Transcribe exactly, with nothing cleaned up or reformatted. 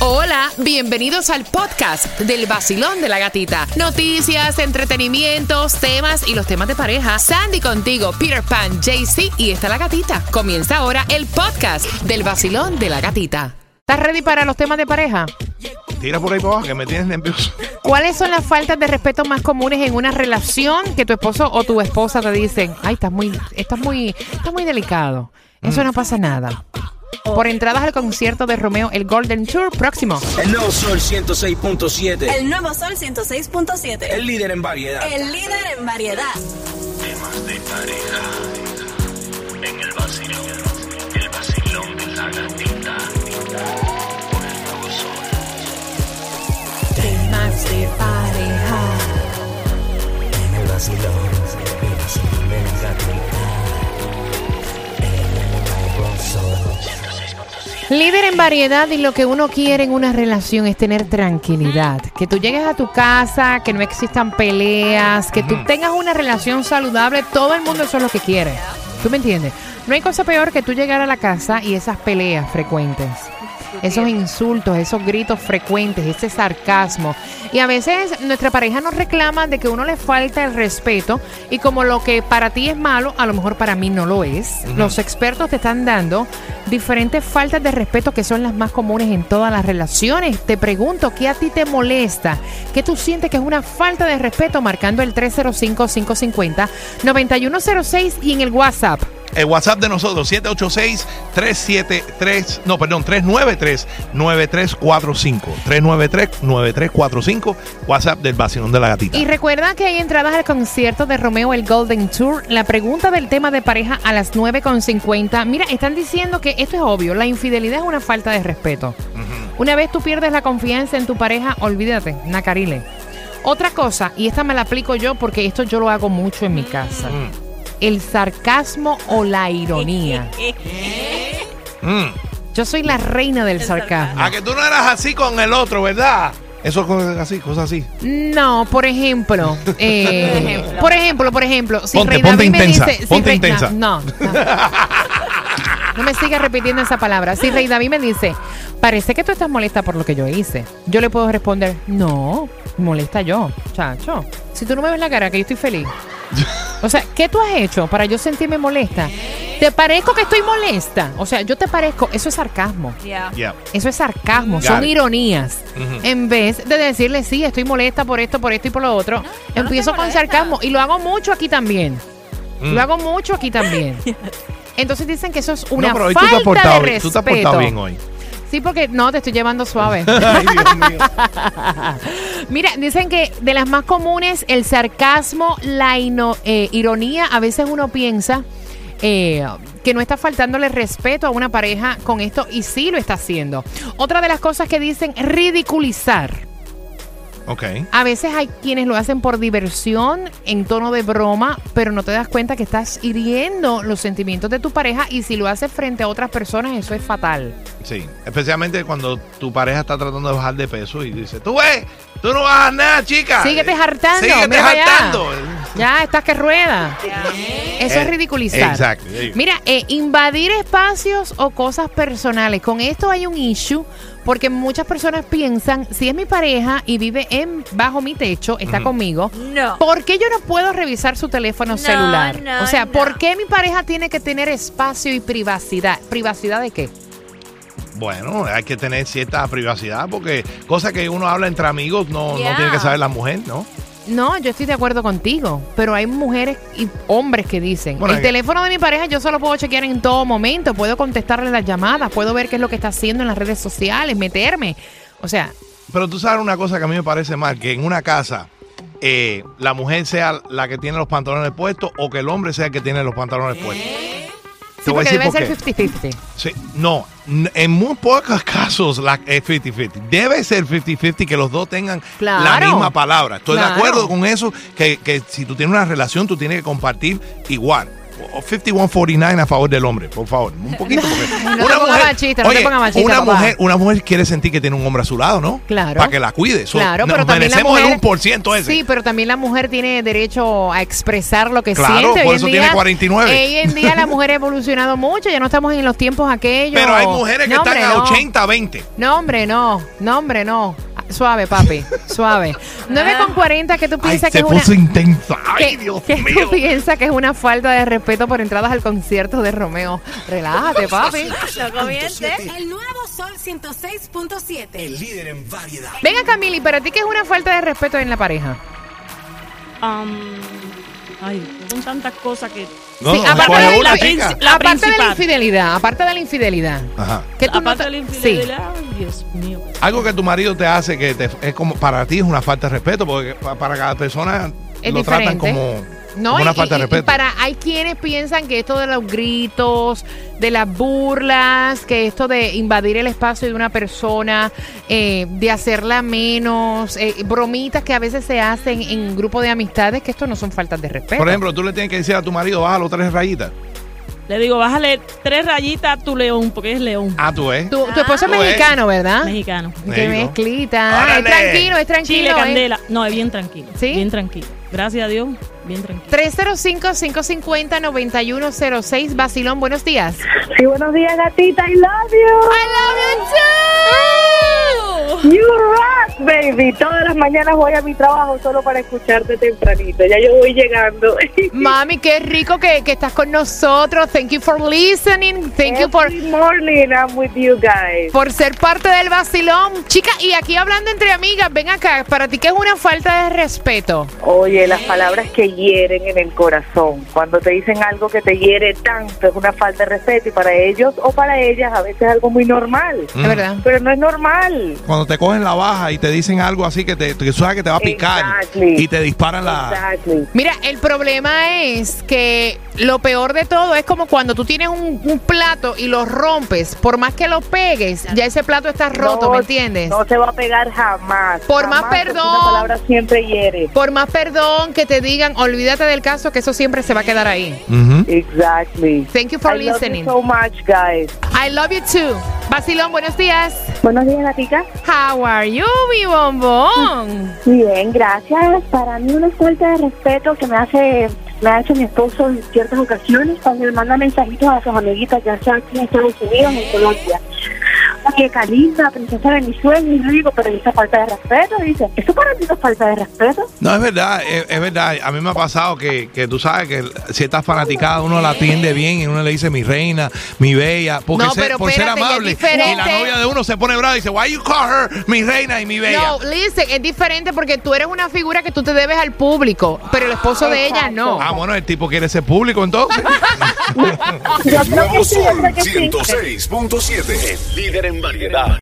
Hola, bienvenidos al podcast del Vacilón de la Gatita. Noticias, entretenimientos, temas y los temas de pareja. Sandy contigo, Peter Pan, J C y está la gatita. Comienza ahora el podcast del Vacilón de la Gatita. ¿Estás ready para los temas de pareja? Tira por ahí para abajo que me tienes nervioso. ¿Cuáles son las faltas de respeto más comunes en una relación que tu esposo o tu esposa te dicen, ay, estás muy, estás muy, estás muy delicado? Eso mm. no pasa nada. Por entradas al concierto de Romeo, el Golden Tour próximo. El nuevo Sol ciento seis punto siete. El nuevo Sol ciento seis punto siete. El líder en variedad. El líder en variedad. Temas de pareja. En el vacilón. El vacilón de la gatita. Por el nuevo Sol. Temas de pareja. En el vacilón. El vacilón de la gatita. Líder en variedad y lo que uno quiere en una relación es tener tranquilidad. Que tú llegues a tu casa, que no existan peleas, que tú tengas una relación saludable. Todo el mundo eso es lo que quiere. ¿Tú me entiendes? No hay cosa peor que tú llegar a la casa y esas peleas frecuentes. Esos insultos, esos gritos frecuentes, ese sarcasmo. Y a veces nuestra pareja nos reclama de que uno le falta el respeto y como lo que para ti es malo, a lo mejor para mí no lo es. Uh-huh. Los expertos te están dando diferentes faltas de respeto que son las más comunes en todas las relaciones. Te pregunto, ¿qué a ti te molesta? ¿Qué tú sientes que es una falta de respeto? Marcando el tres cero cinco, cinco cinco cero, nueve uno cero seis y en el WhatsApp. El WhatsApp de nosotros, siete ocho seis, tres siete tres, no, perdón, tres nueve tres, nueve tres cuatro cinco. tres nueve tres, nueve tres cuatro cinco, WhatsApp del Vacilón de la Gatita. Y recuerda que hay entradas al concierto de Romeo, el Golden Tour. La pregunta del tema de pareja a las nueve con cincuenta. Mira, están diciendo que esto es obvio, la infidelidad es una falta de respeto. Uh-huh. Una vez tú pierdes la confianza en tu pareja, olvídate, nacarile. Otra cosa, y esta me la aplico yo porque esto yo lo hago mucho en mi casa. Uh-huh. El sarcasmo o la ironía. mm. Yo soy la reina del sarcasmo. A que tú no eras así con el otro, ¿verdad? Eso es así, cosas así. No, por ejemplo. Eh, por ejemplo, por ejemplo. Si ponte, Rey ponte David intensa. me dice, Ponte si Rey, intensa. No, no, no. No me sigas repitiendo esa palabra. Si Rey David me dice, parece que tú estás molesta por lo que yo hice, yo le puedo responder, no, molesta yo, chacho. Si tú no me ves la cara, que yo estoy feliz. O sea, ¿qué tú has hecho para yo sentirme molesta? ¿Te parezco que estoy molesta? O sea, yo te parezco, eso es sarcasmo. Yeah. Yeah. Eso es sarcasmo, Got son it. ironías. Uh-huh. En vez de decirle, sí, estoy molesta por esto, por esto y por lo otro, no, empiezo no con sarcasmo. Y lo hago mucho aquí también. Mm. Lo hago mucho aquí también. Entonces dicen que eso es una no, pero hoy falta tú te has portado, de respeto. Tú te has portado bien hoy. Sí, porque no, te estoy llevando suave. Ay, Dios mío. Mira, dicen que de las más comunes, el sarcasmo, la ino, eh, ironía, a veces uno piensa eh, que no está faltándole respeto a una pareja con esto y sí lo está haciendo. Otra de las cosas que dicen, ridiculizar. Okay. A veces hay quienes lo hacen por diversión, en tono de broma, pero no te das cuenta que estás hiriendo los sentimientos de tu pareja y si lo haces frente a otras personas, eso es fatal. Sí, especialmente cuando tu pareja está tratando de bajar de peso y dice, tú ves, tú no bajas nada, chica. Síguete hartando. Síguete mira hartando. Ya, estás que rueda. Eso Eh, es ridiculizar. Exacto. Mira, eh, invadir espacios o cosas personales. Con esto hay un issue porque muchas personas piensan, si es mi pareja y vive en bajo mi techo, está uh-huh. conmigo, no. ¿por qué yo no puedo revisar su teléfono no, celular? No, o sea, no. ¿por qué mi pareja tiene que tener espacio y privacidad? ¿Privacidad de qué? Bueno, hay que tener cierta privacidad porque cosas que uno habla entre amigos no, Yeah. no tiene que saber la mujer, ¿no? No, yo estoy de acuerdo contigo, pero hay mujeres y hombres que dicen, bueno, el teléfono de mi pareja yo solo puedo chequear en todo momento, puedo contestarle las llamadas, puedo ver qué es lo que está haciendo en las redes sociales, meterme, o sea... Pero tú sabes una cosa que a mí me parece mal, que en una casa eh, la mujer sea la que tiene los pantalones puestos o que el hombre sea el que tiene los pantalones puestos. Sí, porque debe ser cincuenta cincuenta. Sí, no, en muy pocos casos la, es cincuenta cincuenta. Debe ser cincuenta cincuenta que los dos tengan claro. la misma palabra. Estoy claro. de acuerdo con eso, que, que si tú tienes una relación, tú tienes que compartir igual. cincuenta y uno cuarenta y nueve a favor del hombre, por favor. Un poquito. Porque No te pongas machista, no te oye, pongas machista, una papá. mujer, una mujer quiere sentir que tiene un hombre a su lado, ¿no? Claro. Para que la cuide. So, Claro, nos pero también la merecemos mujer, el uno por ciento ese. Sí, pero también la mujer tiene derecho a expresar lo que Claro, siente. por Hoy eso en tiene día- cuarenta y nueve. Hoy en día la mujer ha evolucionado mucho, ya no estamos en los tiempos aquellos. Pero hay mujeres que No, están hombre, a no. ochenta veinte. No, hombre, no. No, hombre, no. Suave, papi. Suave. nueve con cuarenta, que tú Ay, piensas se que es una... puso intensa. Ay, ¿Qué, Dios qué mío. tú piensas que es una falta de respeto por entradas al concierto de Romeo? Relájate, papi. No comience. El nuevo Sol ciento seis punto siete. El líder en variedad. Venga, Camili, ¿para ti qué es una falta de respeto en la pareja? Um, ay, son tantas cosas que... No, Sí, no, aparte ¿cuál de es la una, princi- chica? la aparte de la principal. infidelidad, aparte de la infidelidad. Ajá. ¿Qué tú Aparte no de la te- infidelidad, ay, Dios mío. Algo que tu marido te hace que te, es como para ti es una falta de respeto, porque pa- para cada persona Es lo tratan diferente. como, No, como y, una falta y- de y respeto. para hay quienes piensan que esto de los gritos, de las burlas, que esto de invadir el espacio de una persona, eh, de hacerla menos, eh, bromitas que a veces se hacen en grupo de amistades, que esto no son faltas de respeto. Por ejemplo, tú le tienes que decir a tu marido, bájalo tres rayitas. Le digo, bájale tres rayitas a tu león, porque es león. Ah, tú ves. tu, tu esposo es Tú ves. mexicano, ¿verdad? Mexicano. Qué México. mezclita. ¡Órale! Es tranquilo, es tranquilo. Chile, ¿eh? candela. No, es bien tranquilo. ¿Sí? Bien tranquilo. Gracias a Dios, bien tranquilo. tres cero cinco, cinco cinco cero, nueve uno cero seis, Basilón, buenos días. Sí, buenos días, gatita. I love you. I love you too. You rock, baby. Todas las mañanas voy a mi trabajo solo para escucharte tempranito. Ya yo voy llegando. Mami, qué rico que, que estás con nosotros. Thank you for listening. Thank you for, Every morning I'm with you guys. por ser parte del vacilón. Chica, y aquí hablando entre amigas, ven acá, para ti, ¿qué es una falta de respeto? Oye, las palabras que hieren en el corazón. Cuando te dicen algo que te hiere tanto, es una falta de respeto. Y para ellos o para ellas a veces es algo muy normal. Mm. Es verdad. Pero no es normal. Cuando te cogen la baja y te dicen algo así que te que sabes que te va a picar Exactly. y te disparan la... Exactly. Mira, el problema es que lo peor de todo es como cuando tú tienes un, un plato y lo rompes, por más que lo pegues, ya ese plato está roto, No, ¿me entiendes? No se va a pegar jamás. Por más Jamás, porque perdón. Una palabra siempre hiere. Por más perdón que te digan, olvídate del caso, que eso siempre se va a quedar ahí. Ujú. Exactly. Thank you for I love listening. you so much, guys. I love you too. Basilón, buenos días. Buenos días, gatita. How are you, mi bombón? Bien, gracias. Para mí una falta de respeto que me hace me ha hecho mi esposo en ciertas ocasiones cuando me manda mensajitos a sus amiguitas, ya sea aquí en Estados Unidos o en Colombia. Oye, Kalinda, princesa de mis sueños, y yo digo, pero esa falta de respeto, dice, ¿eso para ti no es falta de respeto? No, es verdad, es, es verdad. A mí me ha pasado que, que tú sabes que ciertas fanaticadas uno la atiende bien y uno le dice mi reina, mi bella, porque No, ser- pero por ser espérate, ya es amable. diferente. Y la novia de uno se pone brava y dice, why you call her mi reina y mi bella. No, listen, es diferente porque tú eres una figura que tú te debes al público, pero el esposo de ella no. Ah, bueno, el tipo quiere ser público entonces. Yo creo Nuevo que sí, yo Sol creo que sí. ciento seis punto siete. El líder en variedad.